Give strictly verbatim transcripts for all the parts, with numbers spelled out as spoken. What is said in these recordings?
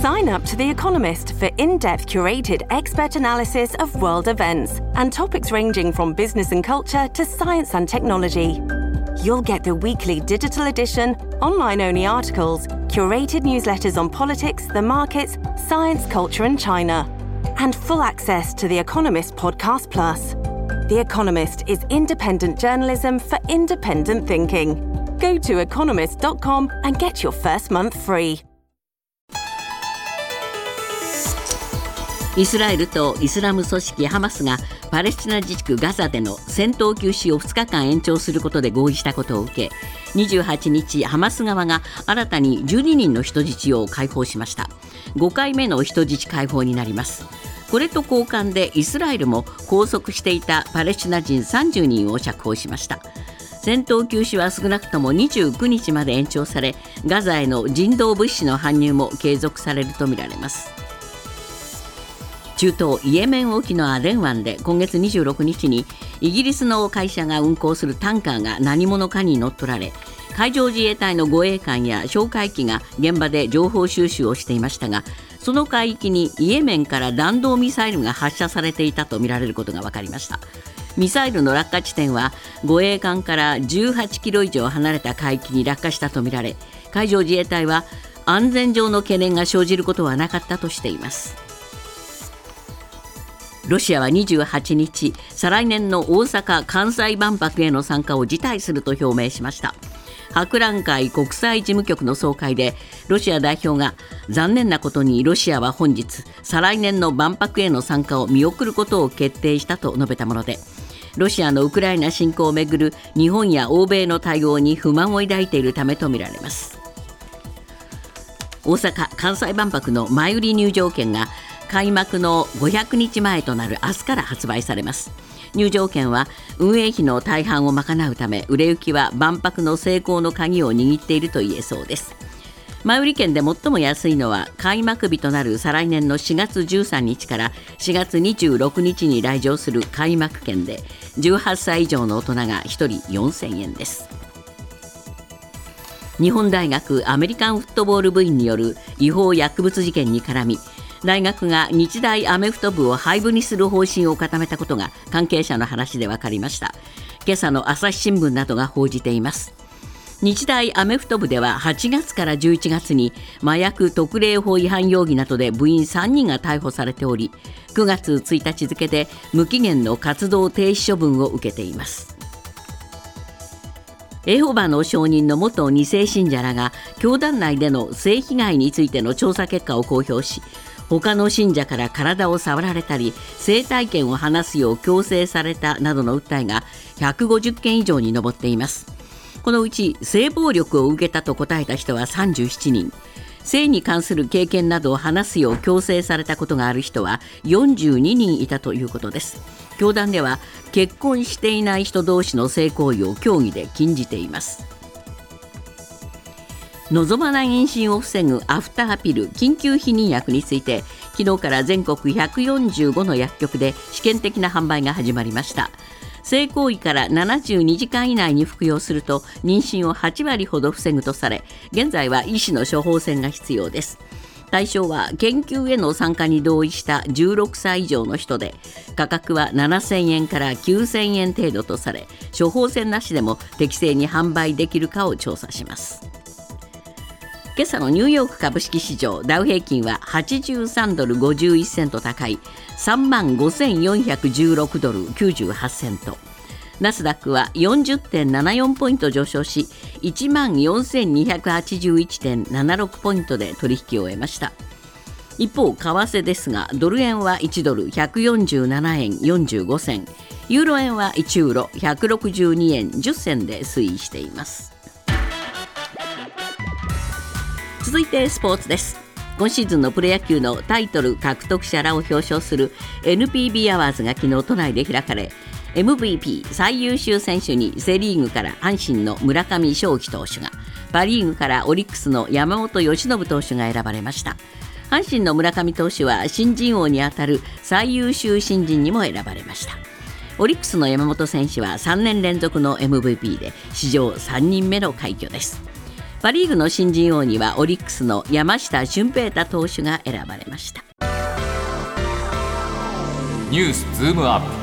Sign up to The Economist for in-depth curated expert analysis of world events and topics ranging from business and culture to science and technology. You'll get the weekly digital edition, online-only articles, curated newsletters on politics, the markets, science, culture and China, and full access to The Economist Podcast Plus. The Economist is independent journalism for independent thinking. Go to economist dot com and get your first month free. イスラエルとイスラム組織ハマスがパレスチナ自治区ガザでの戦闘休止をふつかかん延長することで合意したことを受け、にじゅうはちにちハマス側が新たにじゅうににんの人質を解放しました。ごかいめの人質解放になります。これと交換でイスラエルも拘束していたパレスチナ人さんじゅうにんを釈放しました。戦闘休止は少なくともにじゅうくにちまで延長され、ガザへの人道物資の搬入も継続されるとみられます。中東イエメン沖のアデン湾で今月にじゅうろくにちにイギリスの会社が運航するタンカーが何者かに乗っ取られ、海上自衛隊の護衛艦や哨戒機が現場で情報収集をしていましたが、その海域にイエメンから弾道ミサイルが発射されていたとみられることが分かりました。ミサイルの落下地点は護衛艦からじゅうはちキロ以上離れた海域に落下したとみられ、海上自衛隊は安全上の懸念が生じることはなかったとしています。ロシアはにじゅうはちにち、再来年の大阪・関西万博への参加を辞退すると表明しました。博覧会国際事務局の総会でロシア代表が、残念なことにロシアは本日再来年の万博への参加を見送ることを決定したと述べたもので、ロシアのウクライナ侵攻をめぐる日本や欧米の対応に不満を抱いているためとみられます。大阪・関西万博の前売り入場券が開幕のごひゃくにちまえとなる明日から発売されます。入場券は運営費の大半を賄うため、売れ行きは万博の成功の鍵を握っていると言えそうです。前売り券で最も安いのは開幕日となる再来年のしがつじゅうさんにちからしがつにじゅうろくにちに来場する開幕券で、じゅうはっさい以上の大人がひとりよんせんえんです。日本大学アメリカンフットボール部員による違法薬物事件に絡み、大学が日大アメフト部を廃部にする方針を固めたことが関係者の話で分かりました。今朝の朝日新聞などが報じています。日大アメフト部でははちがつからじゅういちがつに麻薬特例法違反容疑などで部員さんにんが逮捕されており、くがつついたち付で無期限の活動停止処分を受けています。エホバの証人の元に世信者らが教団内での性被害についての調査結果を公表し、他の信者から体を触られたり性体験を話すよう強制されたなどの訴えがひゃくごじゅっけん以上に上っています。このうち性暴力を受けたと答えた人はさんじゅうななにん、性に関する経験などを話すよう強制されたことがある人はよんじゅうににんいたということです。教団では結婚していない人同士の性行為を教義で禁じています。望まない妊娠を防ぐアフターピル緊急避妊薬について、昨日から全国ひゃくよんじゅうごの薬局で試験的な販売が始まりました。性行為からななじゅうにじかん以内に服用すると妊娠をはちわりほど防ぐとされ、現在は医師の処方箋が必要です。対象は研究への参加に同意したじゅうろくさい以上の人で、価格はななせんえんからきゅうせんえん程度とされ、処方箋なしでも適正に販売できるかを調査します。今朝のニューヨーク株式市場、ダウ平均ははちじゅうさんドルごじゅういっセント高い さんまんごせんよんひゃくじゅうろくドルきゅうじゅうはちセント、ナスダックは よんじゅってんななよん ポイント上昇し いちまんよんせんにひゃくはちじゅういちてんななろく ポイントで取引を終えました。一方、為替ですが、ドル円はいちドルひゃくよんじゅうななえんよんじゅうごせん、ユーロ円はいちユーロひゃくろくじゅうにえんじゅっせんで推移しています。続いてスポーツです。今シーズンのプロ野球のタイトル獲得者らを表彰する エヌピービー アワーズが昨日都内で開かれ、 エムブイピー 最優秀選手にセリーグから阪神の村上頌樹投手が、パリーグからオリックスの山本由伸投手が選ばれました。阪神の村上投手は新人王にあたる最優秀新人にも選ばれました。オリックスの山本選手はさんねん連続の エムブイピー で史上さんにんめの快挙です。 パ・リーグの新人王にはオリックスの山下舜平太投手が選ばれました。 ニュースズームアップ。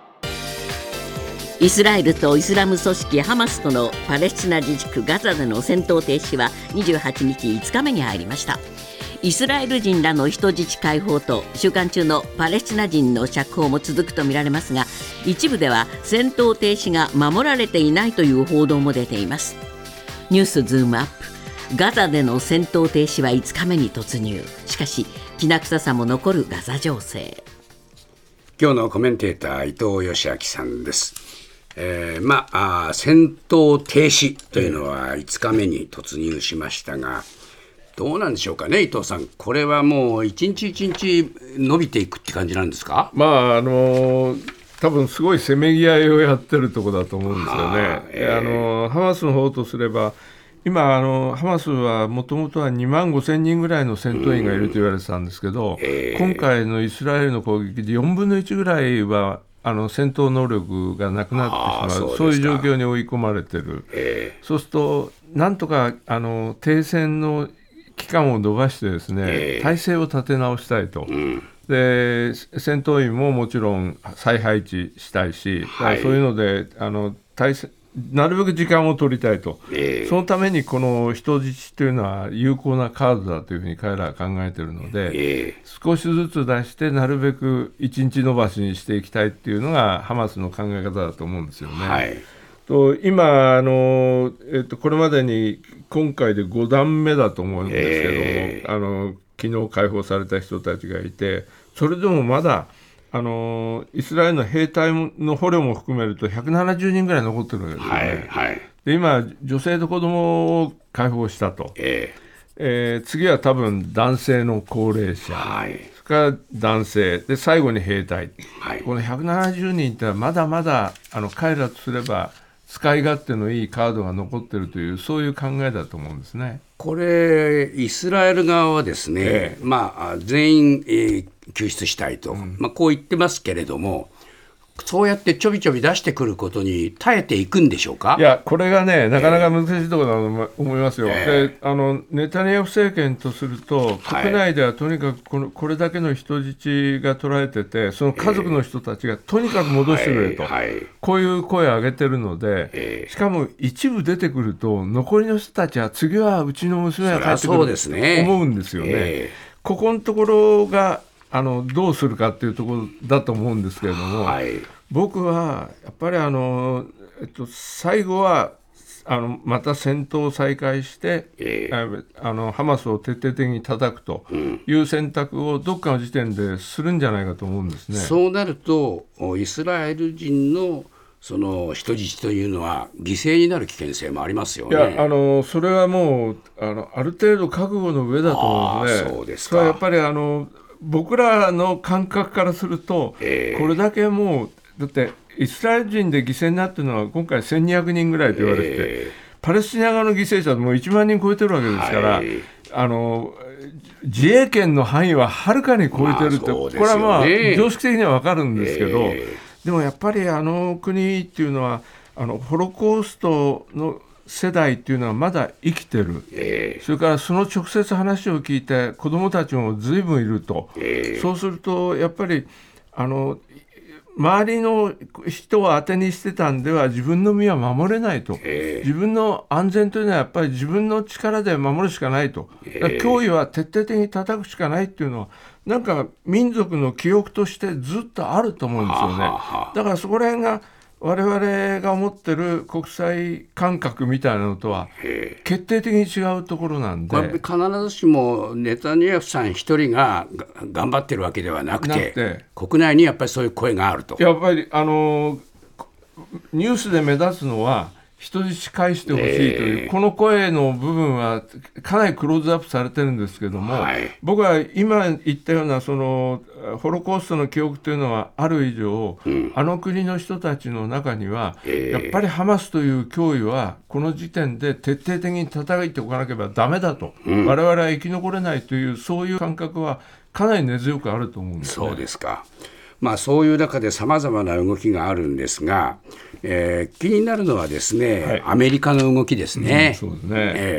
イスラエルとイスラム組織ハマスとのパレスチナ自治区ガザでの戦闘停止はにじゅうはちにちいつかめに入りました。イスラエル人らの人質解放と収監中のパレスチナ人の釈放も続くとみられますが、一部では戦闘停止が守られていないという報道も出ています。ニュースズームアップ。ガザでの戦闘停止はいつかめに突入。しかしきな臭さも残るガザ情勢。 今日のコメンテーター伊藤義明さんです。えー、まあ戦闘停止というのはいつかめに突入しましたが、どうなんでしょうかね、伊藤さん。これはもう一日一日伸びていくって感じなんですか？ まああの多分すごいせめぎ合いをやってるところだと思うんですよね。えー、あのハマスの方とすれば、今あのハマスはもともとはにまんごせんにんぐらいの戦闘員がいると言われてたんですけど、えー、今回のイスラエルの攻撃でよんぶんのいちぐらいはあの戦闘能力がなくなってしまう、そういう状況に追い込まれてる。えー、そうするとなんとかあの停戦の期間を延ばしてですね、えー、体制を立て直したいと。うん、で戦闘員ももちろん再配置したいし、はい、そういうのであの体制なるべく時間を取りたいと、えー、そのためにこの人質というのは有効なカードだというふうに彼らは考えているので、えー、少しずつ出してなるべくいちにち延ばしにしていきたいっていうのがハマスの考え方だと思うんですよね。はい、と今あの、えっと、これまでに今回でごだんめだと思うんですけども、えー、あの昨日解放された人たちがいて、それでもまだあのイスラエルの兵隊の捕虜も含めるとひゃくななじゅうにんぐらい残ってるわけですよね。はいはい、で今女性と子供を解放したと、えーえー、次は多分男性の高齢者、はい、それから男性で最後に兵隊、はい、このひゃくななじゅうにんってのはまだまだあの彼らとすれば使い勝手のいいカードが残っているという、そういう考えだと思うんですね。 これイスラエル側はですね、ええまあ、全員、えー、救出したいと、うんまあ、こう言ってますけれども、そうやってちょびちょび出してくることに耐えていくんでしょうか？ いやこれがねなかなか難しいところだと思いますよ。えー、であのネタニヤフ政権とすると国内ではとにかくこのこれだけの人質が取られてて、その家族の人たちがとにかく戻してくれと、えーはいはい、こういう声を上げてるので、えー、しかも一部出てくると残りの人たちは次はうちの娘が帰ってくると思うんですよね。えー、ここのところがあのどうするかっていうところだと思うんですけれども、はい、僕はやっぱりあの、えっと、最後はあのまた戦闘を再開して、えー、あのハマスを徹底的に叩くという選択をどっかの時点でするんじゃないかと思うんですね。 そうなるとイスラエル人のその人質というのは犠牲になる危険性もありますよね。 いやあのそれはもう あのある程度覚悟の上だと思うんですね。そうですか。それはやっぱりあの僕らの感覚からすると、えー、これだけもうだってイスラエル人で犠牲になっているのは今回せんにひゃくにんぐらいと言われて、えー、パレスチナ側の犠牲者はもういちまんにん超えてるわけですから、はい、あの自衛権の範囲ははるかに超えてるって、まあね、これはまあ常識的には分かるんですけど、えー、でもやっぱりあの国っていうのはあのホロコーストの世代っていうのはまだ生きてる、えー、それからその直接話を聞いて子どもたちも随分いると、えー、そうするとやっぱりあの周りの人を当てにしてたんでは自分の身は守れないと、えー、自分の安全というのはやっぱり自分の力で守るしかないと、えー、脅威は徹底的に叩くしかないっていうのはなんか民族の記憶としてずっとあると思うんですよね。はははだからそこら辺が我々が持ってる国際感覚みたいなのとは決定的に違うところなんで、 必ずしもネタニヤフさん一人が頑張ってるわけではなく て, なくて国内にやっぱりそういう声があると。 やっぱりあのニュースで目立つのは人質返してほしいという、えー、この声の部分はかなりクローズアップされてるんですけども、はい、僕は今言ったようなそのホロコーストの記憶というのはある以上、うん、あの国の人たちの中には、えー、やっぱりハマスという脅威はこの時点で徹底的に叩いておかなければダメだと、うん、我々は生き残れないというそういう感覚はかなり根強くあると思うんですね。 そうですか。まあ、そういう中でさまざまな動きがあるんですが、えー、気になるのはですね、はい、アメリカの動きですね。 うん、そうですね。 えー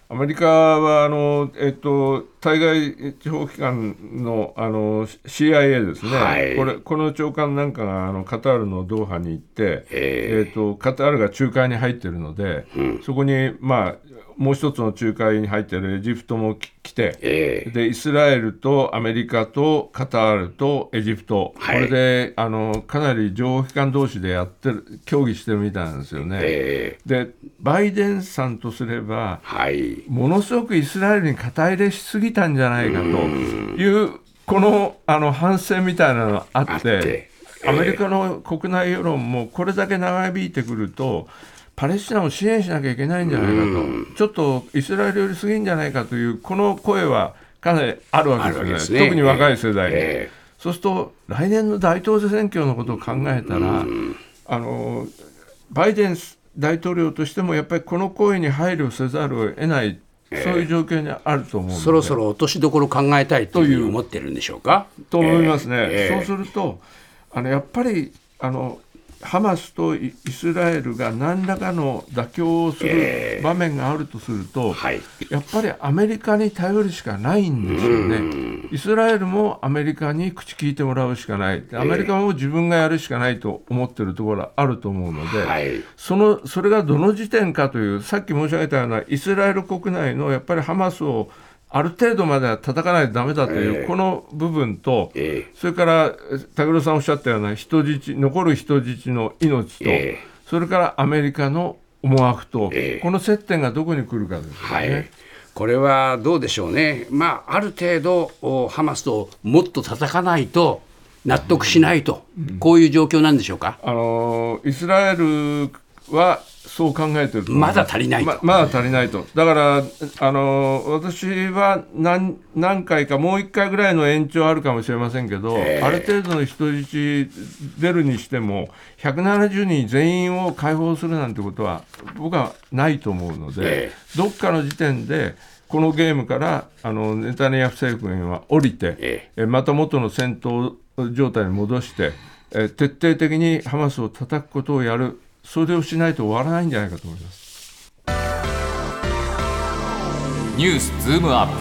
アメリカはあの、えっと、対外諜報機関 の, あの シーアイエー ですね、はい、これこの長官なんかがあのカタールのドーハに行って、えーえー、とカタールが仲介に入っているので、うん、そこに、まあ、もう一つの仲介に入っているエジプトも来て、えー、でイスラエルとアメリカとカタールとエジプト、はい、これであのかなり情報機関同士でやってる協議してるみたいなんですよね、えー、でバイデンさんとすれば、はい、ものすごくイスラエルに肩入れしすぎたんじゃないかというこの、あの反省みたいなのがあって、あって、えー、アメリカの国内世論もこれだけ長引いてくるとパレスチナを支援しなきゃいけないんじゃないかと、ちょっとイスラエルより過ぎんじゃないかというこの声はかなりあるわけですね、ですね、特に若い世代に、えー、そうすると来年の大統領選挙のことを考えたら、あのバイデン大統領としてもやっぱりこの声に配慮せざるを得ない、そういう状況にあると思うので、 そろそろ落としどころを考えたいという思ってるんでしょうか。 と思いますね、えーえー、そうするとあのやっぱりあのハマスとイスラエルが何らかの妥協をする場面があるとすると、えーはい、やっぱりアメリカに頼るしかないんですよね。イスラエルもアメリカに口聞いてもらうしかない、アメリカも自分がやるしかないと思っているところがあると思うので、はい、そのそれがどの時点かという、さっき申し上げたようなイスラエル国内のやっぱりハマスをある程度までは叩かないとダメだという、えー、この部分と、えー、それから武論さんおっしゃったような人質、残る人質の命と、えー、それからアメリカの思惑と、えー、この接点がどこに来るかですね、はい、 これはどうでしょうね、まあ、ある程度ハマスともっと叩かないと納得しないと、うん、こういう状況なんでしょうか。 あのイスラエルはそう考えてるとまだ足りないと、 ま、まだ足りないと。だからあの私は 何, 何回かもういっかいぐらいの延長あるかもしれませんけど、えー、ある程度の人質出るにしてもひゃくななじゅうにん全員を解放するなんてことは僕はないと思うので、えー、どっかの時点でこのゲームからあのネタニヤフ政権は降りて、えー、また元の戦闘状態に戻して、え徹底的にハマスを叩くことをやる、それをしないと終わらないんじゃないかと思います。 ニュースズームアップ。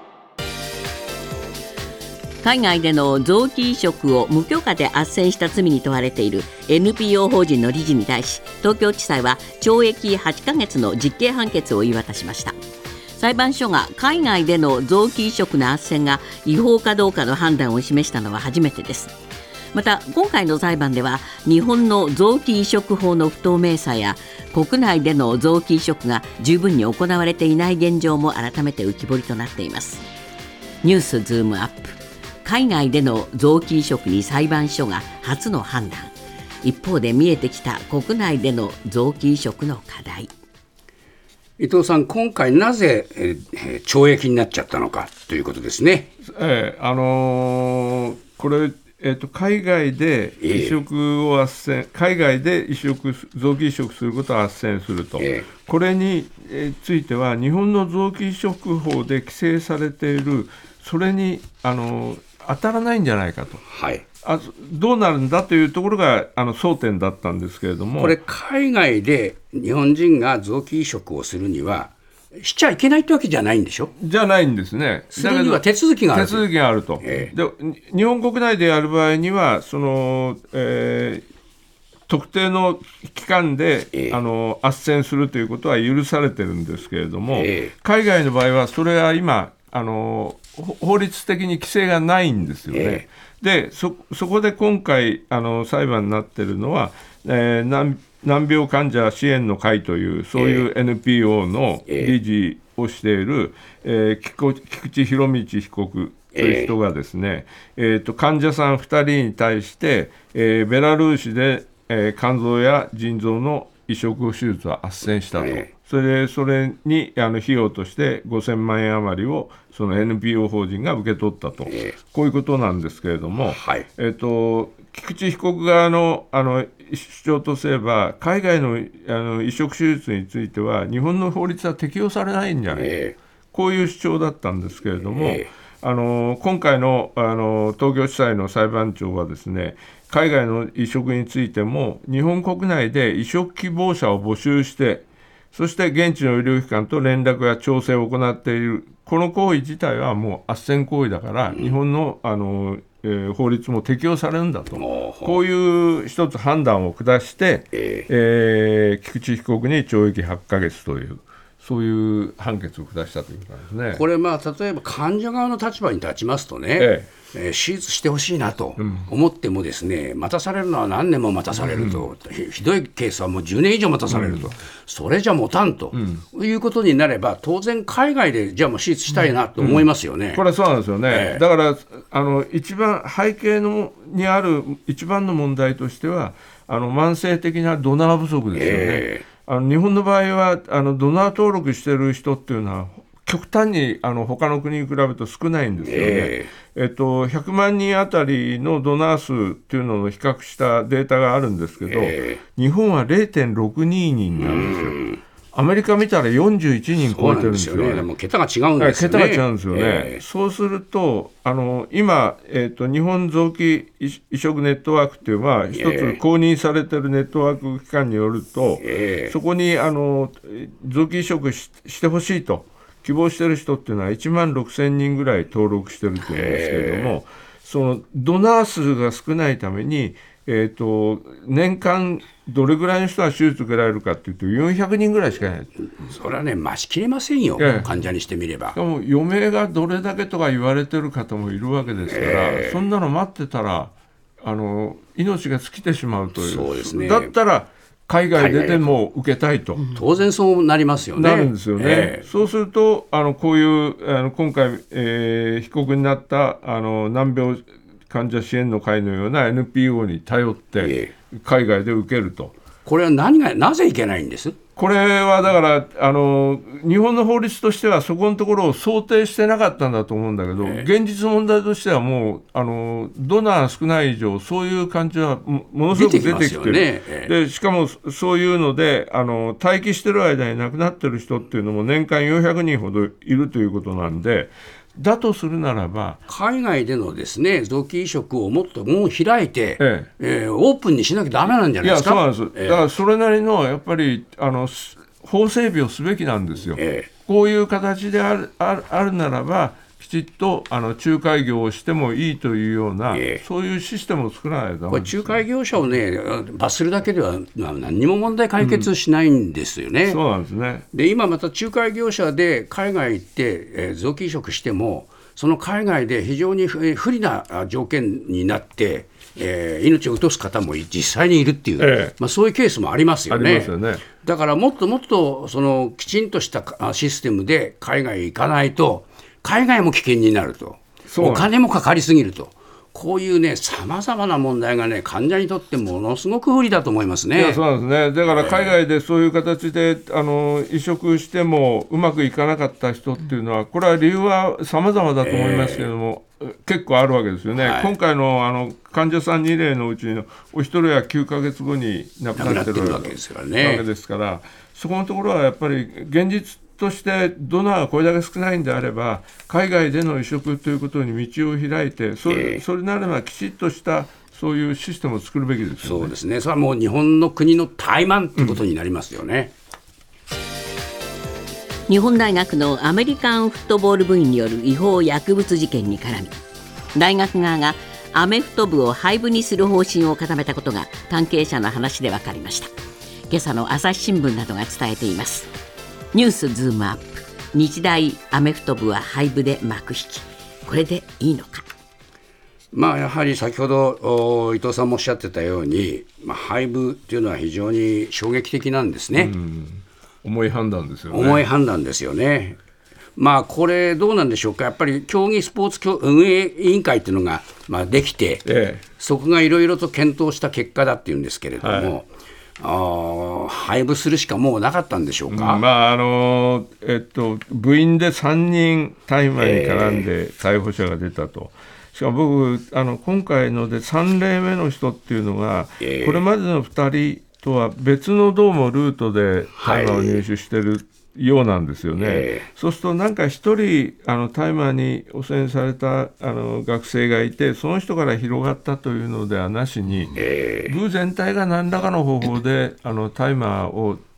海外での臓器移植を無許可で斡旋した罪に問われている エヌピーオー 法人の理事に対し、東京地裁は懲役はちかげつの実刑判決を言い渡しました。裁判所が海外での臓器移植の斡旋が違法かどうかの判断を示したのは初めてです。また今回の裁判では日本の臓器移植法の不透明さや国内での臓器移植が十分に行われていない現状も改めて浮き彫りとなっています。ニュースズームアップ。海外での臓器移植に裁判所が初の判断。一方で見えてきた国内での臓器移植の課題。 伊藤さん、今回なぜ、えー、懲役になっちゃったのかということですね。 えーあのー、これえー、と海外で移植を斡旋、えー、海外で移植臓器移植することを斡旋すると、えー、これについては日本の臓器移植法で規制されている、それにあの当たらないんじゃないかと、はい、あどうなるんだというところがあの争点だったんですけれども、 これ海外で日本人が臓器移植をするにはしちゃいけないってわけじゃないんでしょ。 じゃないんですね。 それには手続きがある。 手続きがあると、えー、で日本国内でやる場合にはその、えー、特定の期間で、えー、あの斡旋するということは許されてるんですけれども、えー、海外の場合はそれは今あの法律的に規制がないんですよね、えー、で そ, そこで今回あの裁判になっているのは、えー、難難病患者支援の会というそういう エヌピーオー の理事をしている、えー、菊池仁道被告という人がですね、えーえー、と患者さんふたりに対して、えー、ベラルーシで、えー、肝臓や腎臓の移植手術を斡旋したと、えー、それでそれにあの費用としてごせんまんえん余りをその エヌピーオー 法人が受け取ったと、えー、こういうことなんですけれども、はい、えー、と菊池被告側 の, あの主張とすれば海外 の, あの移植手術については日本の法律は適用されないんじゃない、えー、こういう主張だったんですけれども、えー、あの今回 の, あの東京地裁の裁判長はですね、海外の移植についても日本国内で移植希望者を募集してそして現地の医療機関と連絡や調整を行っている。この行為自体はもう斡旋行為だから、うん、日本の、あの、えー、法律も適用されるんだと、こういう一つ判断を下して、えーえー、菊池被告に懲役はちかげつという、そういう判決を下したということなんですね。これ、 まあ、例えば患者側の立場に立ちますとね、えええー、手術してほしいなと思ってもですね、うん、待たされるのは何年も待たされると、うん、ひどいケースはもうじゅうねん以上待たされると、うん、それじゃ持たんと、うん、いうことになれば、当然海外でじゃあもう手術したいなと思いますよね、うんうん、 これはそうなんですよね、えー、だからあの一番背景のにある一番の問題としては、あの慢性的なドナー不足ですよね、えーあの日本の場合はあのドナー登録している人っていうのは極端にあの他の国に比べると少ないんですよね、えーえっと、ひゃくまんにんあたりのドナー数っていうのを比較したデータがあるんですけど、えー、日本は ゼロてんろくににんなんですよ。アメリカ見たらよんじゅういちにん超えてるんですよね。 そうなんですよね。でも桁が違うんですよね。 桁が違うんですよね。えー、そうするとあの今、えーと、日本臓器移植ネットワークっていうのは一つ公認されてるネットワーク機関によると、えー、そこにあの臓器移植 し, してほしいと希望してる人っていうのはいちまんろくせんにんぐらい登録してるというんですけれども、えー、そのドナー数が少ないために、えーと、年間どれぐらいの人が手術受けられるかっていうとよんひゃくにんぐらいしかいない。 それはね、増しきれませんよ、えー、患者にしてみれば。 しかも余命がどれだけとか言われてる方もいるわけですから、えー、そんなの待ってたらあの命が尽きてしまうという。 そうですね。 だったら海外ででも受けたいと、 当然そうなりますよね。 なるんですよね、えー、そうするとあのこういうあの今回、えー、被告になったあの難病患者支援の会のような エヌピーオー に頼って海外で受けると、 えー、これは何がなぜいけないんです？ これはだからあの日本の法律としてはそこのところを想定してなかったんだと思うんだけど、えー、現実問題としてはもうあのドナー少ない以上そういう感じは も, ものすごく出てきてる、ねえー、でしかもそういうのであの待機してる間に亡くなってる人っていうのも年間よんひゃくにんほどいるということなんで、だとするならば海外でのですね臓器移植をもっともう開いて、えええー、オープンにしなきゃダメなんじゃないですか。 いやそうなんです、えー、だからそれなりのやっぱりあの法整備をすべきなんですよ、えー、こういう形である、ある、あるならばきちっとあの仲介業をしてもいいというような、えー、そういうシステムを作らないと。 これ仲介業者をね罰するだけでは何にも問題解決しないんですよね、 うん、そうなんですね。 で今また仲介業者で海外行って、えー、臓器移植してもその海外で非常に不利な条件になって、えー、命を落とす方も実際にいるっていう、ええまあ、そういうケースもありますよね。 ありますよね。 だからもっともっとそのきちんとしたシステムで海外へ行かないと海外も危険になると、お金もかかりすぎると、こういうねさまざまな問題がね患者にとってものすごく不利だと思いますね。 いやそうなんですね。だから海外でそういう形で、えー、あの移植してもうまくいかなかった人っていうのはこれは理由はさまざまだと思いますけれども、えー、結構あるわけですよね、はい、今回 の, あの患者さんにれいのうちのお一人はきゅうかげつごに亡くなってるわけですからね。わけですからそこのところはやっぱり現実としてドナーがこれだけ少ないんであれば海外での移植ということに道を開いて そ, れ, それならばきちっとしたそういうシステムを作るべきですよね。 そうですね。それはもう日本の国の怠慢ということになりますよね、 うん、日本大学のアメリカンフットボール部員による違法薬物事件に絡み大学側がアメフト部を廃部にする方針を固めたことが関係者の話で分かりました。今朝の朝日新聞などが伝えています。ニュースズームアップ。日大アメフト部は廃部で幕引き。これでいいのか。 まあ、やはり先ほど伊藤さんもおっしゃってたように、まあ、廃部というのは非常に衝撃的なんですね。うん、 重い判断ですよね。 重い判断ですよね。まあ、これどうなんでしょうか。やっぱり競技スポーツ運営委員会というのが、まあ、できて、ええ、そこがいろいろと検討した結果だっていうんですけれども、はいあ廃部するしかもうなかったんでしょうか。 うんまああのえっと、部員でさんにん大麻に絡んで逮捕者が出たと、えー、しかも僕あの今回のでさんれいめの人っていうのが、えー、これまでのふたりとは別のどうもルートで大麻を入手してる、はいようなんですよね、えー、そうするとなんか一人あの大麻に汚染されたあの学生がいてその人から広がったというのではなしに、えー、部全体が何らかの方法であの大麻を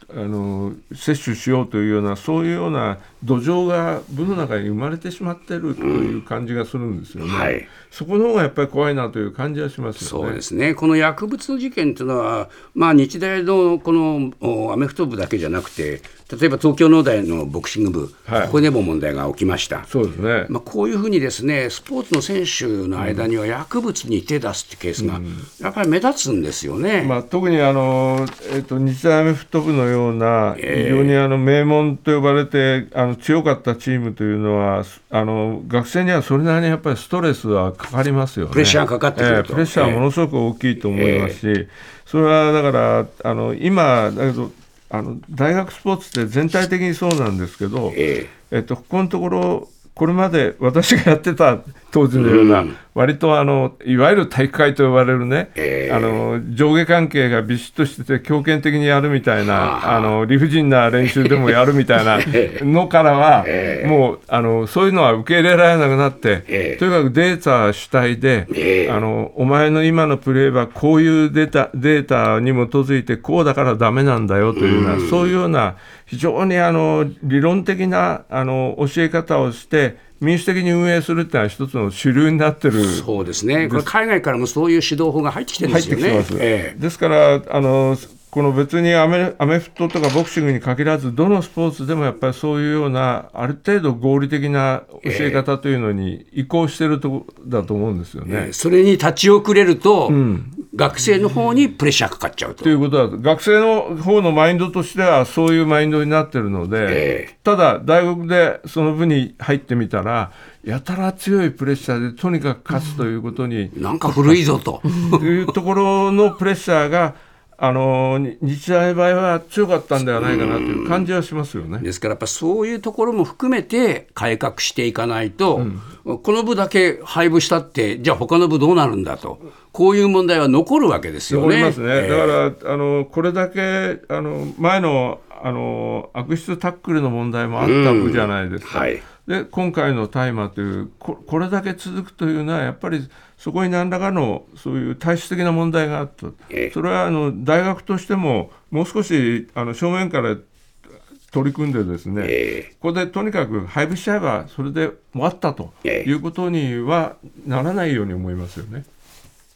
あの摂取しようというようなそういうような土壌が部の中に生まれてしまっているという感じがするんですよね、うんはい、そこの方がやっぱり怖いなという感じはしますよね。 そうですね。この薬物の事件というのは、まあ、日大のこのアメフト部だけじゃなくて、例えば東京農大のボクシング部、はい、ここでも問題が起きました。 そうですね。 まあ、こういうふうにですね、スポーツの選手の間には薬物に手出すってケースがやっぱり目立つんですよね、 うんまあ、特にあの、えっと、日大アメフト部のような非常にあの名門と呼ばれてあの強かったチームというのはあの学生にはそれなりにやっぱりストレスはかかりますよね。 プレッシャーかかってくると、 えー、プレッシャーはものすごく大きいと思いますし、えー、それはだからあの今だけどあの大学スポーツって全体的にそうなんですけど、えーえっと、ここのところこれまで私がやってた当時のような、うん、割とあのいわゆる体育会と呼ばれるね、えー、あの上下関係がビシッとしてて強権的にやるみたいなあの理不尽な練習でもやるみたいなのからは、えー、もうあのそういうのは受け入れられなくなって、えー、とにかくデータ主体で、えー、あのお前の今のプレーはこういうデータ、データに基づいてこうだからダメなんだよというような、うん、そういうような非常にあの理論的なあの教え方をして民主的に運営するっていうのは一つの主流になってる。 そうですね。これ海外からもそういう指導法が入ってきてるんですよね。 入ってきてます、ええ、ですからあのこの別にアメ、アメフトとかボクシングに限らずどのスポーツでもやっぱりそういうようなある程度合理的な教え方というのに移行してるとこだと思うんですよね、 ええ、それに立ち遅れると、うん、学生の方にプレッシャーかかっちゃうと、 ということだ。学生の方のマインドとしてはそういうマインドになってるので、ええ、ただ大学でその部に入ってみたらやたら強いプレッシャーでとにかく勝つということに、 うん、なんか古いぞというところのプレッシャーがあの日大の場合は強かったんではないかなという感じはしますよね。 ですからやっぱそういうところも含めて改革していかないと、うん、この部だけ廃部したってじゃあ他の部どうなるんだと、こういう問題は残るわけですよね。 残りますね、えー、だからあのこれだけあの前のあの悪質タックルの問題もあった部じゃないですか、うんはい、で今回の大麻という こ, これだけ続くというのはやっぱりそこに何らかのそういう体質的な問題があった。それはあの大学としてももう少しあの正面から取り組んでですね、えー、ここでとにかく廃部しちゃえばそれで終わったということにはならないように思いますよね。